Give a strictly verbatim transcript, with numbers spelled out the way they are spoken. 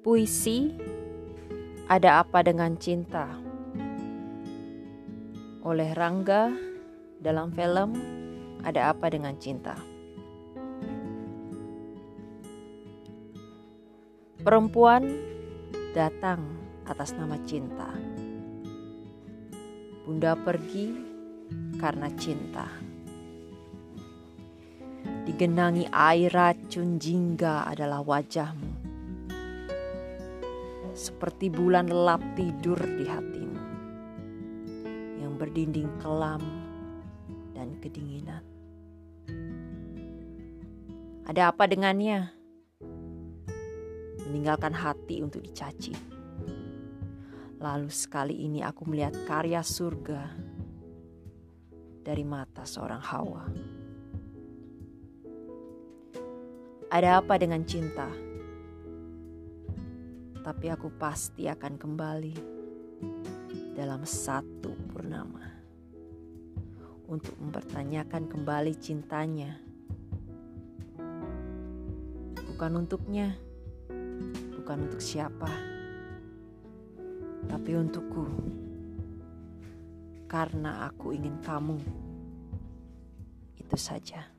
Puisi Ada Apa Dengan Cinta oleh Rangga dalam film Ada Apa Dengan Cinta. Perempuan datang atas nama cinta. Bunda pergi karena cinta. Digenangi air racun jingga adalah wajahmu. Seperti bulan lelap tidur di hatimu yang berdinding kelam dan kedinginan. Ada apa dengannya? Meninggalkan hati untuk dicaci. Lalu sekali ini aku melihat karya surga dari mata seorang Hawa. Ada apa dengan cinta? Tapi aku pasti akan kembali dalam satu purnama untuk mempertanyakan kembali cintanya. Bukan untuknya, bukan untuk siapa, tapi untukku. Karena aku ingin kamu. Itu saja.